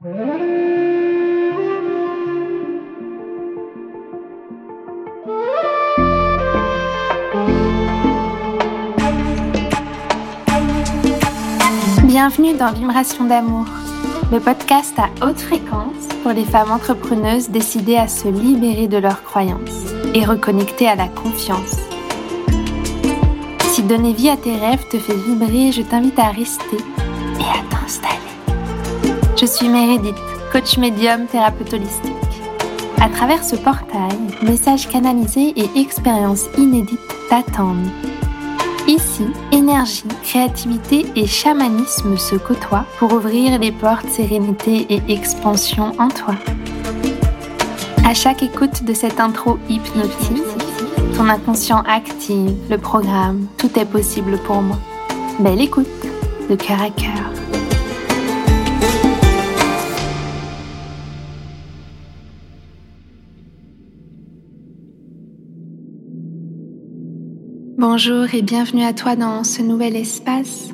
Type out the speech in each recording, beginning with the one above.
Bienvenue dans Vibration d'amour, le podcast à haute fréquence pour les femmes entrepreneuses décidées à se libérer de leurs croyances et reconnecter à la confiance. Si donner vie à tes rêves te fait vibrer, je t'invite à rester et à t'installer. Je suis Meredith, coach médium, thérapeute holistique. À travers ce portail, messages canalisés et expériences inédites t'attendent. Ici, énergie, créativité et chamanisme se côtoient pour ouvrir les portes sérénité et expansion en toi. À chaque écoute de cette intro hypnotique, ton inconscient active le programme « Tout est possible pour moi ». Belle écoute, de cœur à cœur. Bonjour et bienvenue à toi dans ce nouvel espace.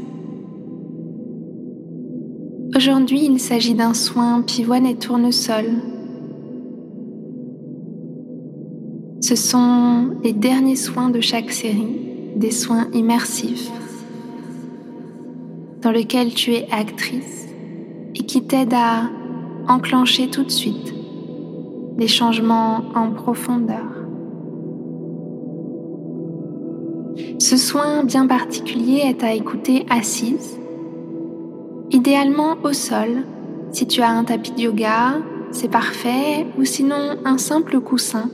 Aujourd'hui, il s'agit d'un soin pivoine et tournesol. Ce sont les derniers soins de chaque série, des soins immersifs, dans lesquels tu es actrice et qui t'aident à enclencher tout de suite des changements en profondeur. Ce soin bien particulier est à écouter assise, idéalement au sol. Si tu as un tapis de yoga, c'est parfait, ou sinon un simple coussin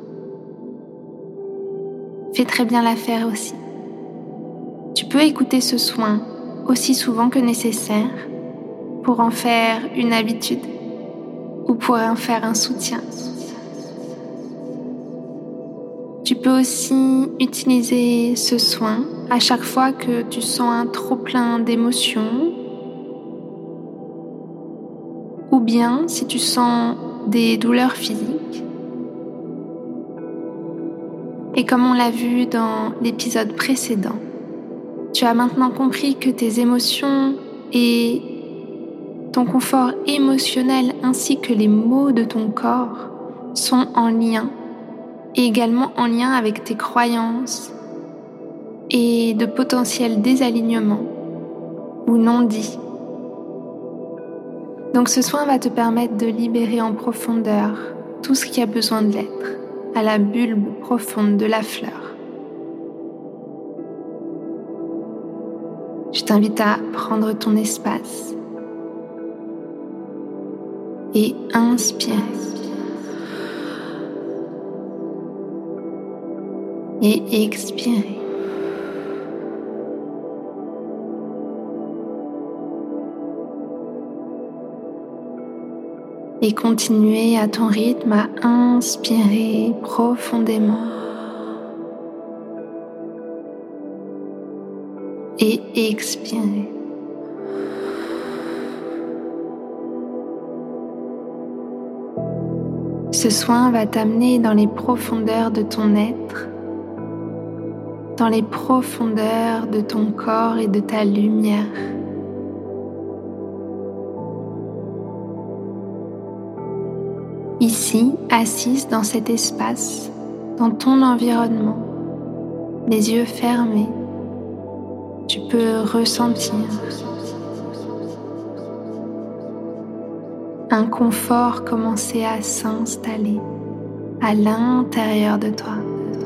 fait très bien l'affaire aussi. Tu peux écouter ce soin aussi souvent que nécessaire pour en faire une habitude ou pour en faire un soutien. Tu peux aussi utiliser ce soin à chaque fois que tu sens un trop-plein d'émotions ou bien si tu sens des douleurs physiques. Et comme on l'a vu dans l'épisode précédent, tu as maintenant compris que tes émotions et ton confort émotionnel ainsi que les maux de ton corps sont en lien et également en lien avec tes croyances et de potentiels désalignements ou non-dits. Donc ce soin va te permettre de libérer en profondeur tout ce qui a besoin de l'être, à la bulbe profonde de la fleur. Je t'invite à prendre ton espace et inspirer. Et expirer. Et continuer à ton rythme à inspirer profondément et expirer. Ce soin va t'amener dans les profondeurs de ton être, dans les profondeurs de ton corps et de ta lumière. Ici, assise dans cet espace, dans ton environnement, les yeux fermés, tu peux ressentir un confort commencer à s'installer à l'intérieur de toi.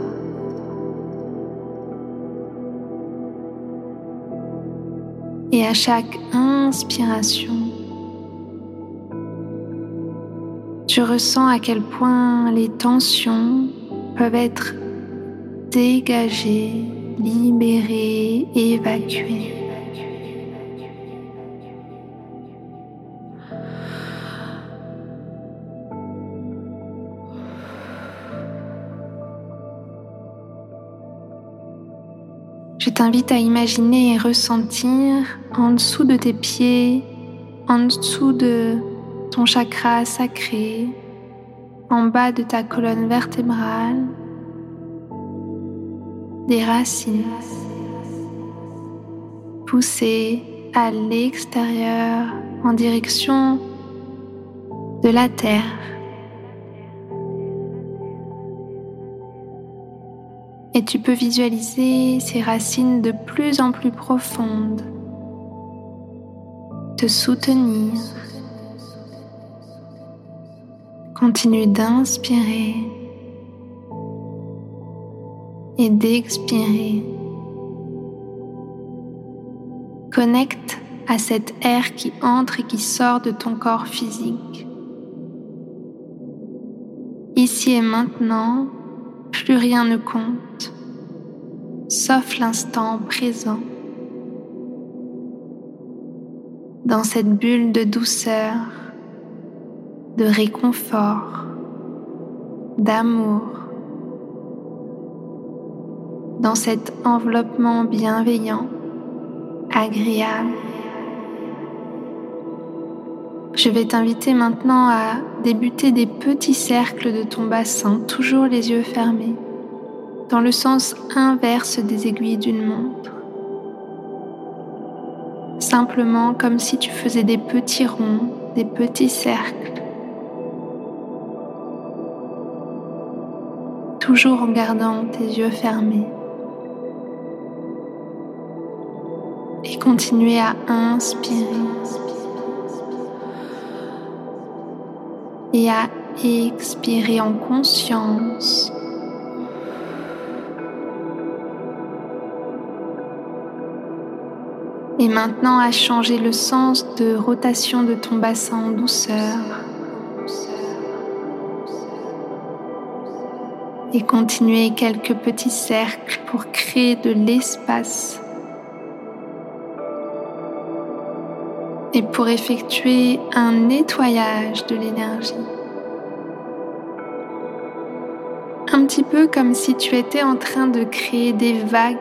Et à chaque inspiration, tu ressens à quel point les tensions peuvent être dégagées, libérées, évacuées. Je t'invite à imaginer et ressentir en dessous de tes pieds, en dessous de ton chakra sacré, en bas de ta colonne vertébrale, des racines poussées à l'extérieur en direction de la terre. Et tu peux visualiser ces racines de plus en plus profondes te soutenir. Continue d'inspirer et d'expirer. Connecte à cet air qui entre et qui sort de ton corps physique. Ici et maintenant, plus rien ne compte, sauf l'instant présent. Dans cette bulle de douceur, de réconfort, d'amour, dans cet enveloppement bienveillant, agréable. Je vais t'inviter maintenant à débuter des petits cercles de ton bassin, toujours les yeux fermés, dans le sens inverse des aiguilles d'une montre. Simplement comme si tu faisais des petits ronds, des petits cercles. Toujours en gardant tes yeux fermés. Et continuer à inspirer et à expirer en conscience. Et maintenant à changer le sens de rotation de ton bassin en douceur. Et continuer quelques petits cercles pour créer de l'espace. Et pour effectuer un nettoyage de l'énergie. Un petit peu comme si tu étais en train de créer des vagues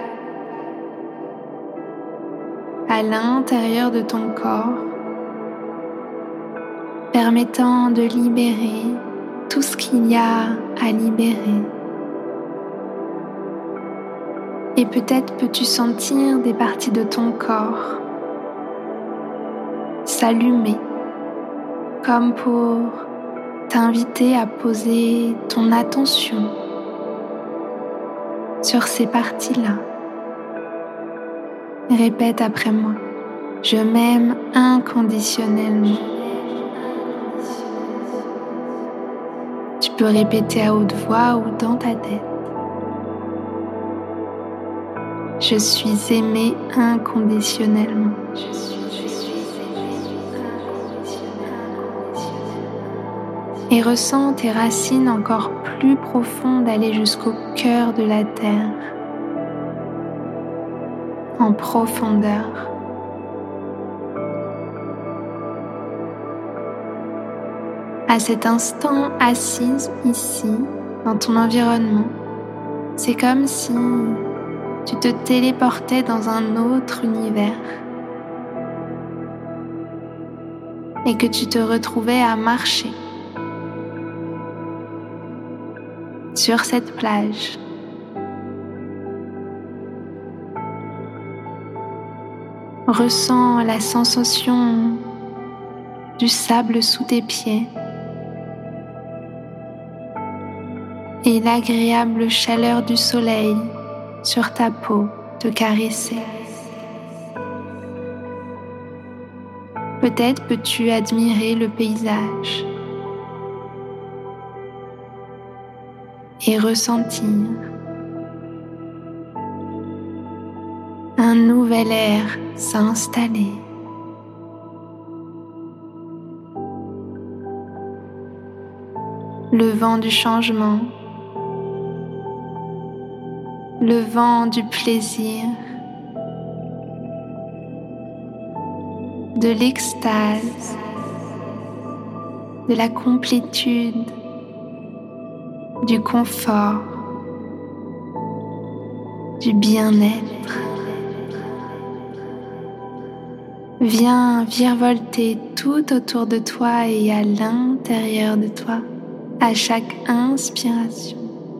à l'intérieur de ton corps, permettant de libérer tout ce qu'il y a à libérer. Et peut-être peux-tu sentir des parties de ton corps s'allumer, comme pour t'inviter à poser ton attention sur ces parties-là. Répète après moi, je m'aime inconditionnellement. Tu peux répéter à haute voix ou dans ta tête. Je suis aimée inconditionnellement. Et ressens tes racines encore plus profondes aller jusqu'au cœur de la terre, en profondeur. À cet instant, assise ici, dans ton environnement, c'est comme si tu te téléportais dans un autre univers et que tu te retrouvais à marcher sur cette plage. Ressens la sensation du sable sous tes pieds et l'agréable chaleur du soleil sur ta peau te caresser. Peut-être peux-tu admirer le paysage et ressentir un nouvel air s'installer. Le vent du changement, le vent du plaisir, de l'extase, de la complétude, du confort, du bien-être. Viens virevolter tout autour de toi et à l'intérieur de toi à chaque inspiration.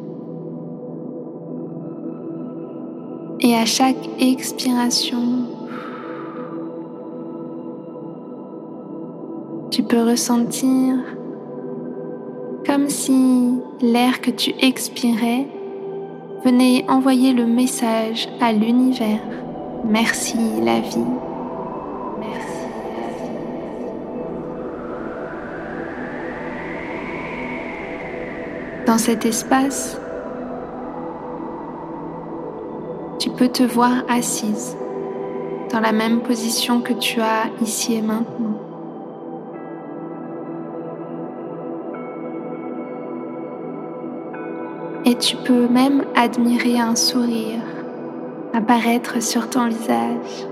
Et à chaque expiration, tu peux ressentir comme si l'air que tu expirais venait envoyer le message à l'univers. Merci la vie. Merci la vie. Dans cet espace, tu peux te voir assise dans la même position que tu as ici et maintenant. Et tu peux même admirer un sourire apparaître sur ton visage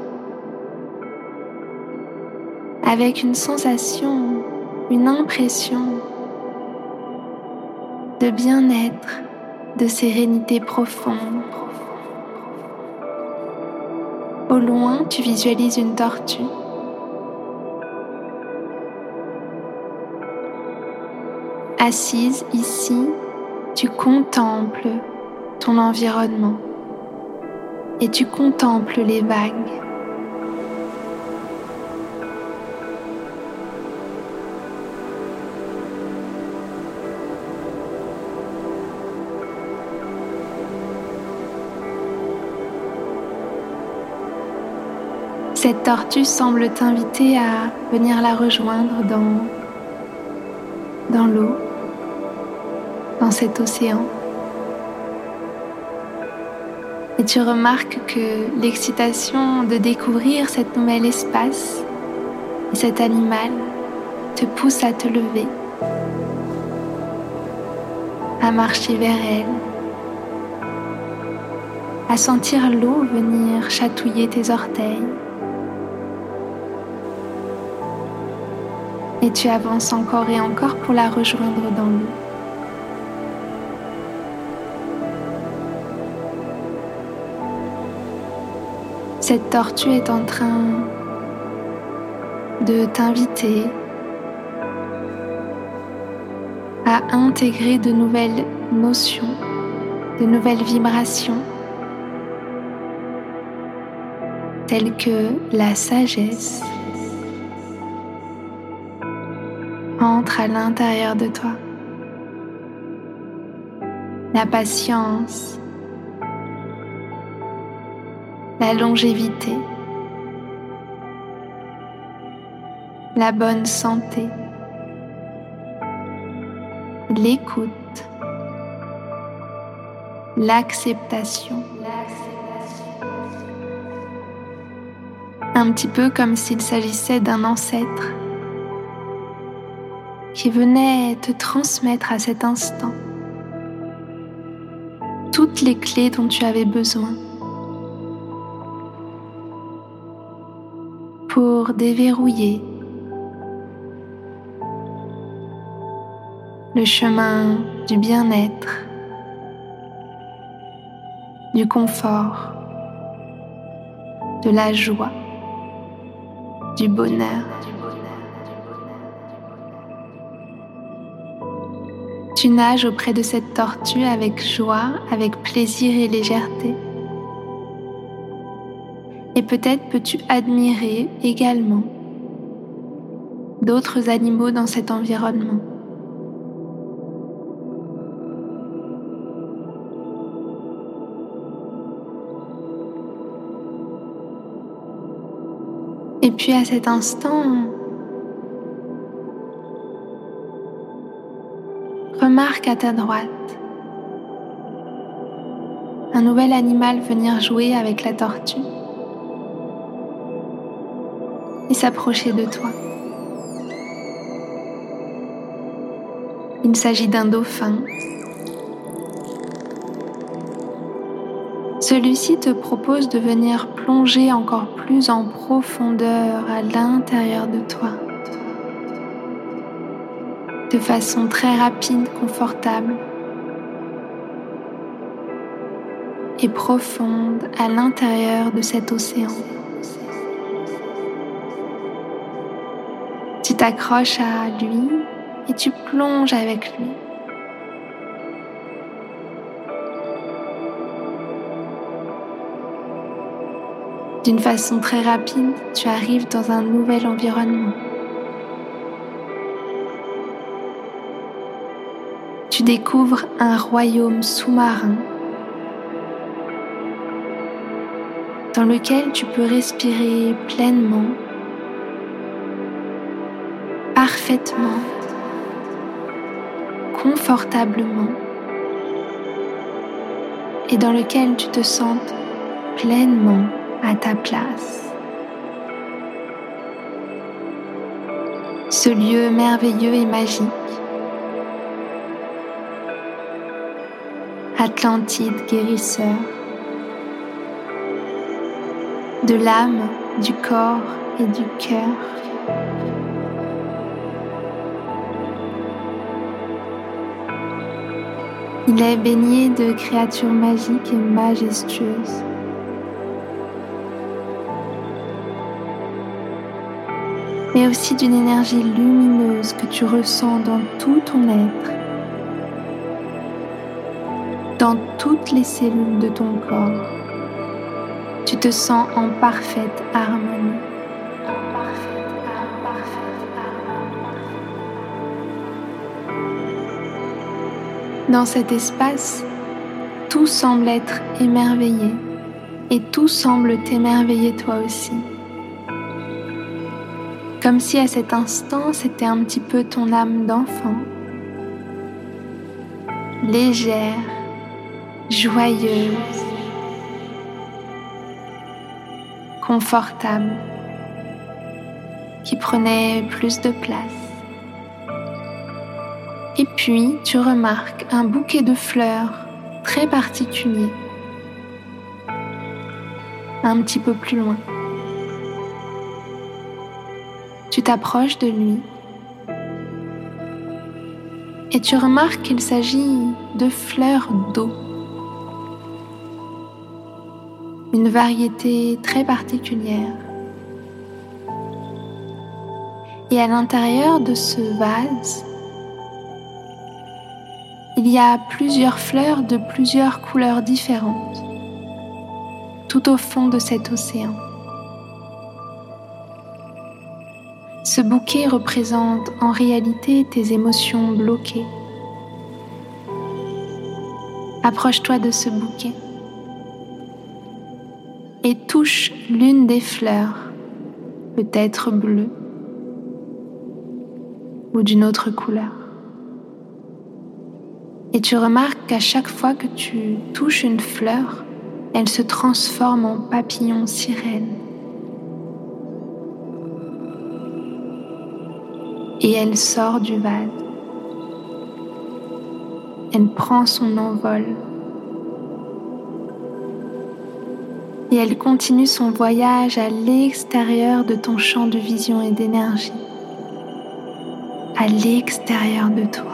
avec une sensation, une impression de bien-être, de sérénité profonde. Au loin, tu visualises une tortue. Assise ici, tu contemples ton environnement et tu contemples les vagues. Cette tortue semble t'inviter à venir la rejoindre dans l'eau, dans cet océan. Et tu remarques que l'excitation de découvrir cet nouvel espace et cet animal te pousse à te lever, à marcher vers elle, à sentir l'eau venir chatouiller tes orteils. Et tu avances encore et encore pour la rejoindre dans l'eau. Cette tortue est en train de t'inviter à intégrer de nouvelles notions, de nouvelles vibrations, telles que la sagesse entre à l'intérieur de toi, la patience, la longévité, la bonne santé, l'écoute, l'acceptation. Un petit peu comme s'il s'agissait d'un ancêtre qui venait te transmettre à cet instant toutes les clés dont tu avais besoin pour déverrouiller le chemin du bien-être, du confort, de la joie, du bonheur. Tu nages auprès de cette tortue avec joie, avec plaisir et légèreté. Et peut-être peux-tu admirer également d'autres animaux dans cet environnement. Et puis à cet instant, remarque à ta droite un nouvel animal venir jouer avec la tortue et s'approcher de toi. Il s'agit d'un dauphin. Celui-ci te propose de venir plonger encore plus en profondeur à l'intérieur de toi, de façon très rapide, confortable et profonde à l'intérieur de cet océan. Tu t'accroches à lui et tu plonges avec lui. D'une façon très rapide, tu arrives dans un nouvel environnement. Tu découvres un royaume sous-marin dans lequel tu peux respirer pleinement, parfaitement, confortablement, et dans lequel tu te sentes pleinement à ta place. Ce lieu merveilleux et magique, Atlantide guérisseur, de l'âme, du corps et du cœur. Il est baigné de créatures magiques et majestueuses. Mais aussi d'une énergie lumineuse que tu ressens dans tout ton être, dans toutes les cellules de ton corps. Tu te sens en parfaite harmonie. Dans cet espace, tout semble être émerveillé et tout semble t'émerveiller toi aussi. Comme si à cet instant, c'était un petit peu ton âme d'enfant, légère, joyeuse, confortable, qui prenait plus de place. Et puis, tu remarques un bouquet de fleurs très particulier, un petit peu plus loin. Tu t'approches de lui et tu remarques qu'il s'agit de fleurs d'eau, une variété très particulière. Et à l'intérieur de ce vase, il y a plusieurs fleurs de plusieurs couleurs différentes, tout au fond de cet océan. Ce bouquet représente en réalité tes émotions bloquées. Approche-toi de ce bouquet et touche l'une des fleurs, peut-être bleue ou d'une autre couleur. Et tu remarques qu'à chaque fois que tu touches une fleur, elle se transforme en papillon sirène. Et elle sort du vase. Elle prend son envol. Et elle continue son voyage à l'extérieur de ton champ de vision et d'énergie. À l'extérieur de toi.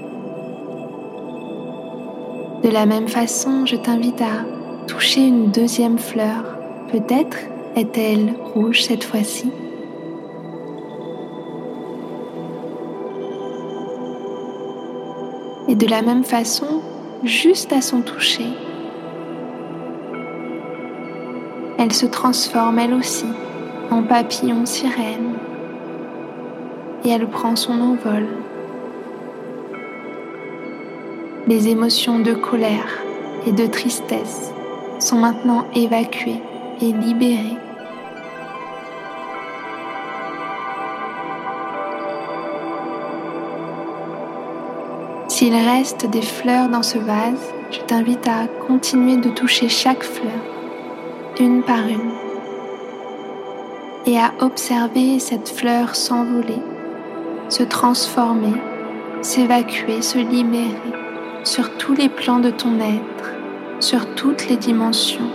De la même façon, je t'invite à toucher une deuxième fleur. Peut-être est-elle rouge cette fois-ci. Et de la même façon, juste à son toucher, elle se transforme elle aussi en papillon sirène et elle prend son envol. Les émotions de colère et de tristesse sont maintenant évacuées et libérées. S'il reste des fleurs dans ce vase, je t'invite à continuer de toucher chaque fleur, une par une, et à observer cette fleur s'envoler, se transformer, s'évacuer, se libérer sur tous les plans de ton être, sur toutes les dimensions.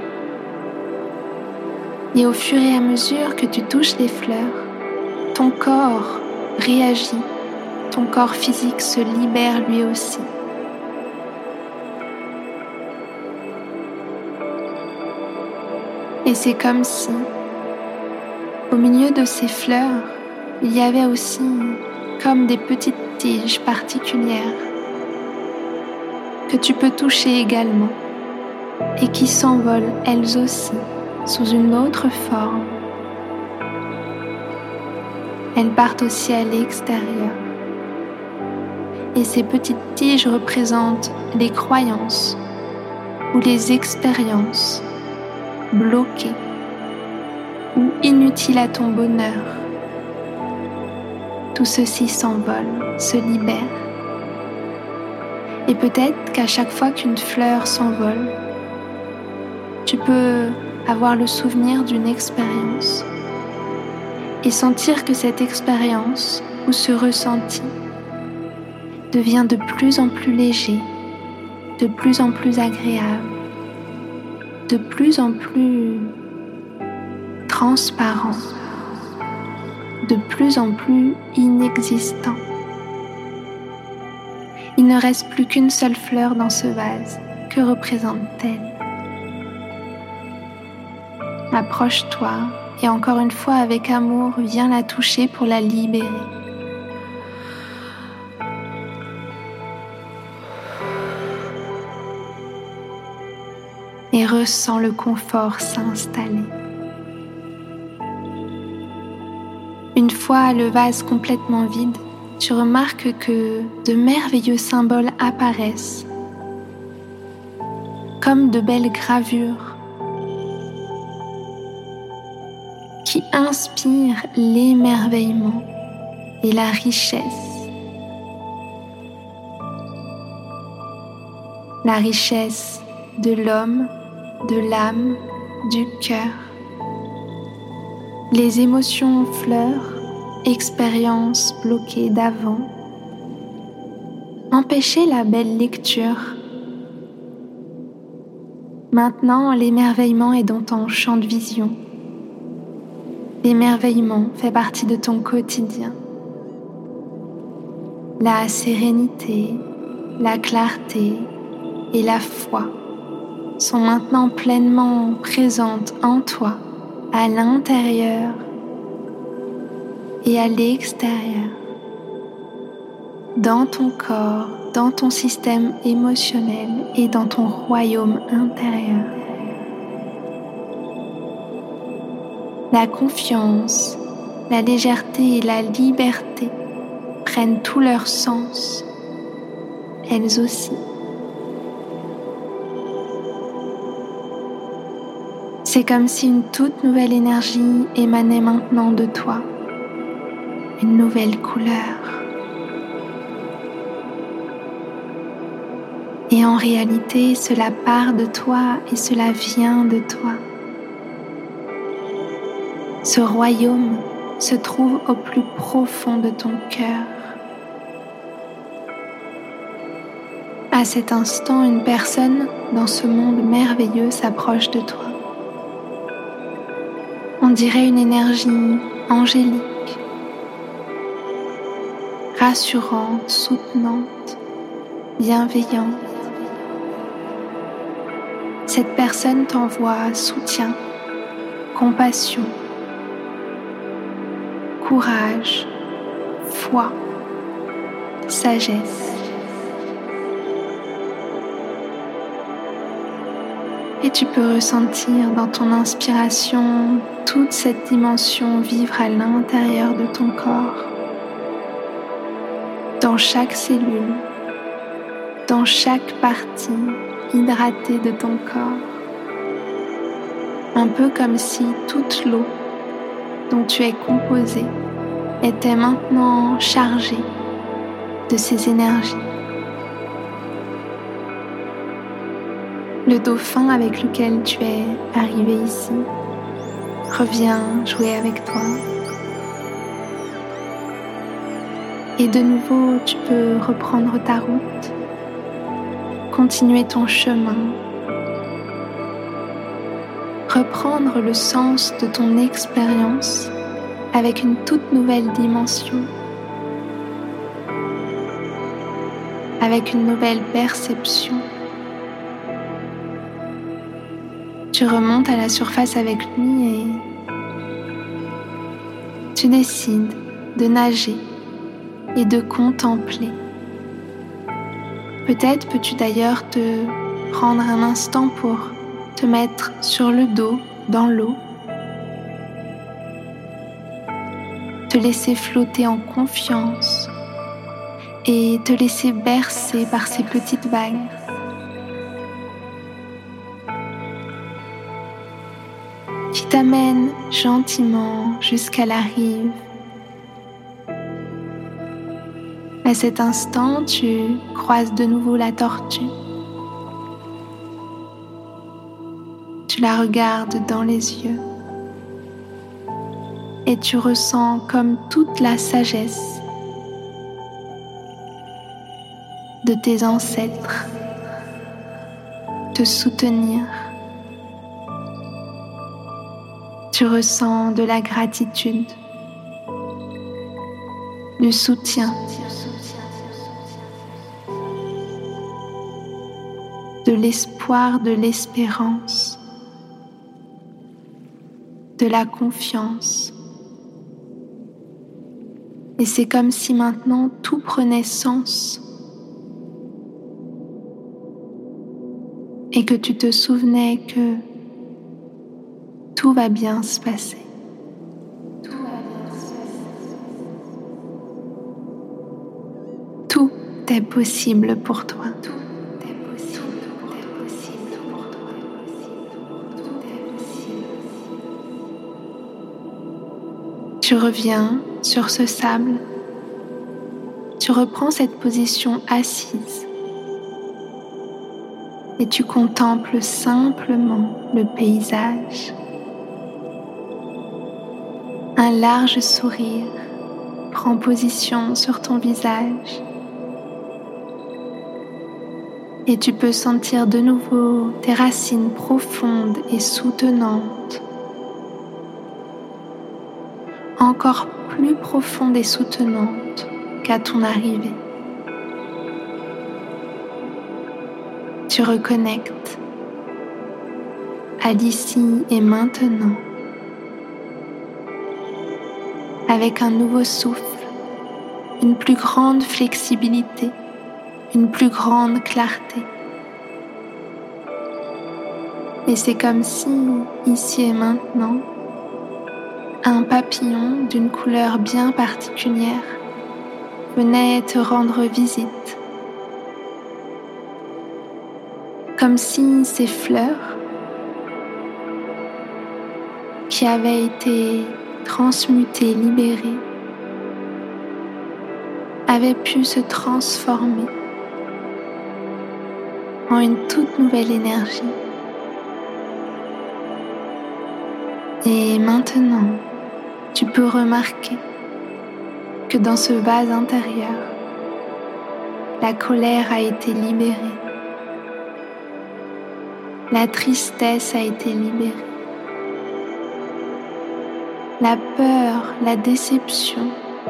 Et au fur et à mesure que tu touches les fleurs, ton corps réagit. Ton corps physique se libère lui aussi. Et c'est comme si, au milieu de ces fleurs, il y avait aussi comme des petites tiges particulières que tu peux toucher également et qui s'envolent elles aussi sous une autre forme. Elles partent aussi à l'extérieur. Et ces petites tiges représentent les croyances ou les expériences bloquées ou inutiles à ton bonheur. Tout ceci s'envole, se libère. Et peut-être qu'à chaque fois qu'une fleur s'envole, tu peux avoir le souvenir d'une expérience et sentir que cette expérience ou ce ressenti devient de plus en plus léger, de plus en plus agréable, de plus en plus transparent, de plus en plus inexistant. Il ne reste plus qu'une seule fleur dans ce vase. Que représente-t-elle ? Approche-toi et encore une fois avec amour, viens la toucher pour la libérer. Et ressens le confort s'installer. Une fois le vase complètement vide, tu remarques que de merveilleux symboles apparaissent, comme de belles gravures qui inspirent l'émerveillement et la richesse. La richesse de l'homme, de l'âme, du cœur. Les émotions fleurent, expériences bloquées d'avant. Empêchez la belle lecture. Maintenant, l'émerveillement est dans ton champ de vision. L'émerveillement fait partie de ton quotidien. La sérénité, la clarté et la foi sont maintenant pleinement présentes en toi, à l'intérieur et à l'extérieur, dans ton corps, dans ton système émotionnel et dans ton royaume intérieur. La confiance, la légèreté et la liberté prennent tout leur sens, elles aussi. C'est comme si une toute nouvelle énergie émanait maintenant de toi, une nouvelle couleur. Et en réalité, cela part de toi et cela vient de toi. Ce royaume se trouve au plus profond de ton cœur. À cet instant, une personne dans ce monde merveilleux s'approche de toi. On dirait une énergie angélique, rassurante, soutenante, bienveillante. Cette personne t'envoie soutien, compassion, courage, foi, sagesse. Et tu peux ressentir dans ton inspiration toute cette dimension vivre à l'intérieur de ton corps, dans chaque cellule, dans chaque partie hydratée de ton corps. Un peu comme si toute l'eau dont tu es composé était maintenant chargée de ces énergies. Le dauphin avec lequel tu es arrivé ici revient jouer avec toi. Et de nouveau, tu peux reprendre ta route, continuer ton chemin, reprendre le sens de ton expérience avec une toute nouvelle dimension, avec une nouvelle perception. Tu remontes à la surface avec lui et tu décides de nager et de contempler. Peut-être peux-tu d'ailleurs te prendre un instant pour te mettre sur le dos dans l'eau, te laisser flotter en confiance et te laisser bercer par ces petites vagues. Qui t'amènent gentiment jusqu'à la rive. À cet instant, tu croises de nouveau la tortue. Tu la regardes dans les yeux et tu ressens comme toute la sagesse de tes ancêtres te soutenir. Tu ressens de la gratitude, du soutien, de l'espoir, de l'espérance, de la confiance. Et c'est comme si maintenant tout prenait sens et que tu te souvenais que tout va bien se passer. Tout est possible pour toi. Tu reviens sur ce sable. Tu reprends cette position assise. Et tu contemples simplement le paysage. Un large sourire prend position sur ton visage. Et tu peux sentir de nouveau tes racines profondes et soutenantes. Encore plus profondes et soutenantes qu'à ton arrivée. Tu reconnectes à l'ici et maintenant avec un nouveau souffle, une plus grande flexibilité, une plus grande clarté. Et c'est comme si, ici et maintenant, un papillon d'une couleur bien particulière venait te rendre visite. Comme si ces fleurs qui avaient été transmutées, libérées, avaient pu se transformer en une toute nouvelle énergie. Et maintenant, tu peux remarquer que dans ce vase intérieur, la colère a été libérée. La tristesse a été libérée. La peur, la déception,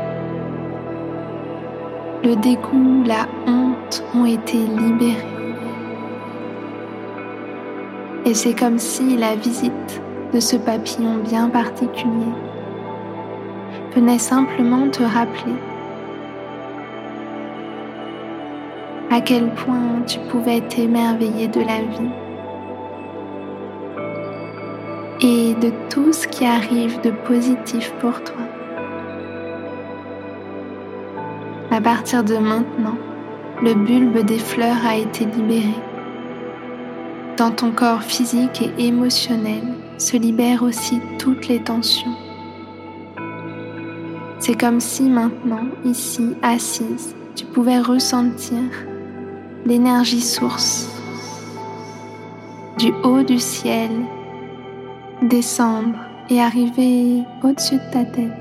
le dégoût, la honte ont été libérés. Et c'est comme si la visite de ce papillon bien particulier venait simplement te rappeler à quel point tu pouvais t'émerveiller de la vie et de tout ce qui arrive de positif pour toi. À partir de maintenant, le bulbe des fleurs a été libéré. Dans ton corps physique et émotionnel se libèrent aussi toutes les tensions. C'est comme si maintenant, ici, assise, tu pouvais ressentir l'énergie source du haut du ciel descendre et arriver au-dessus de ta tête.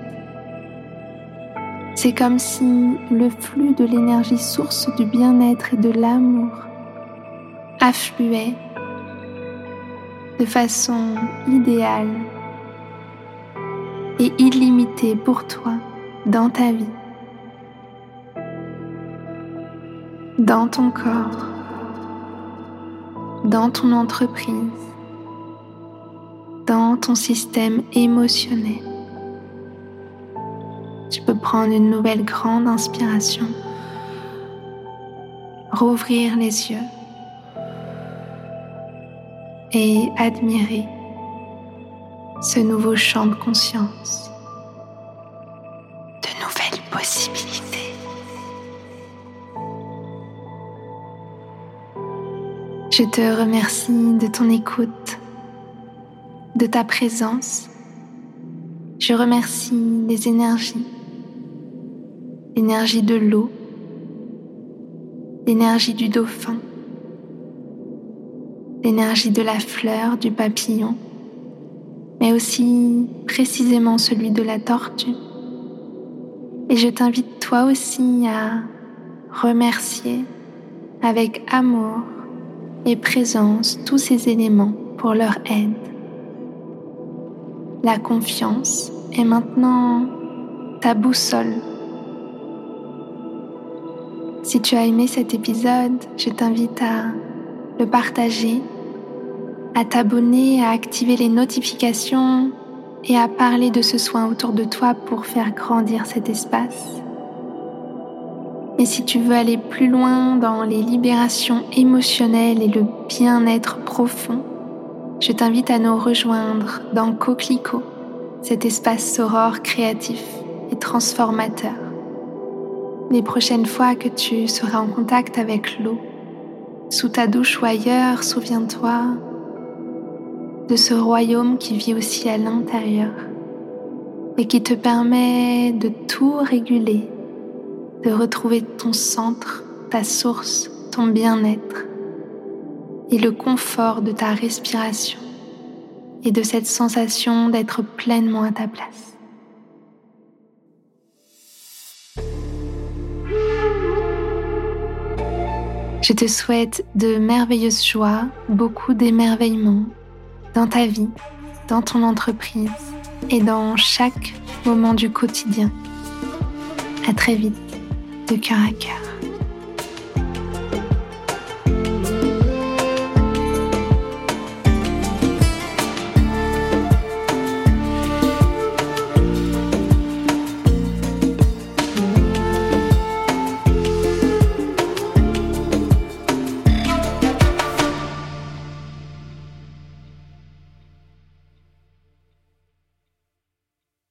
C'est comme si le flux de l'énergie source du bien-être et de l'amour affluait de façon idéale et illimitée pour toi dans ta vie, dans ton corps, dans ton entreprise, dans ton système émotionnel. Tu peux prendre une nouvelle grande inspiration, rouvrir les yeux et admirer ce nouveau champ de conscience, de nouvelles possibilités. Je te remercie de ton écoute, de ta présence. Je remercie les énergies, l'énergie de l'eau, l'énergie du dauphin, l'énergie de la fleur, du papillon, mais aussi précisément celui de la tortue. Et je t'invite toi aussi à remercier avec amour et présence tous ces éléments pour leur aide. La confiance est maintenant ta boussole. Si tu as aimé cet épisode, je t'invite à le partager, à t'abonner, à activer les notifications et à parler de ce soin autour de toi pour faire grandir cet espace. Et si tu veux aller plus loin dans les libérations émotionnelles et le bien-être profond, je t'invite à nous rejoindre dans Coquelicot, cet espace soror créatif et transformateur. Les prochaines fois que tu seras en contact avec l'eau, sous ta douche ou ailleurs, souviens-toi de ce royaume qui vit aussi à l'intérieur et qui te permet de tout réguler, de retrouver ton centre, ta source, ton bien-être et le confort de ta respiration et de cette sensation d'être pleinement à ta place. Je te souhaite de merveilleuses joies, beaucoup d'émerveillement dans ta vie, dans ton entreprise et dans chaque moment du quotidien. À très vite, de cœur à cœur.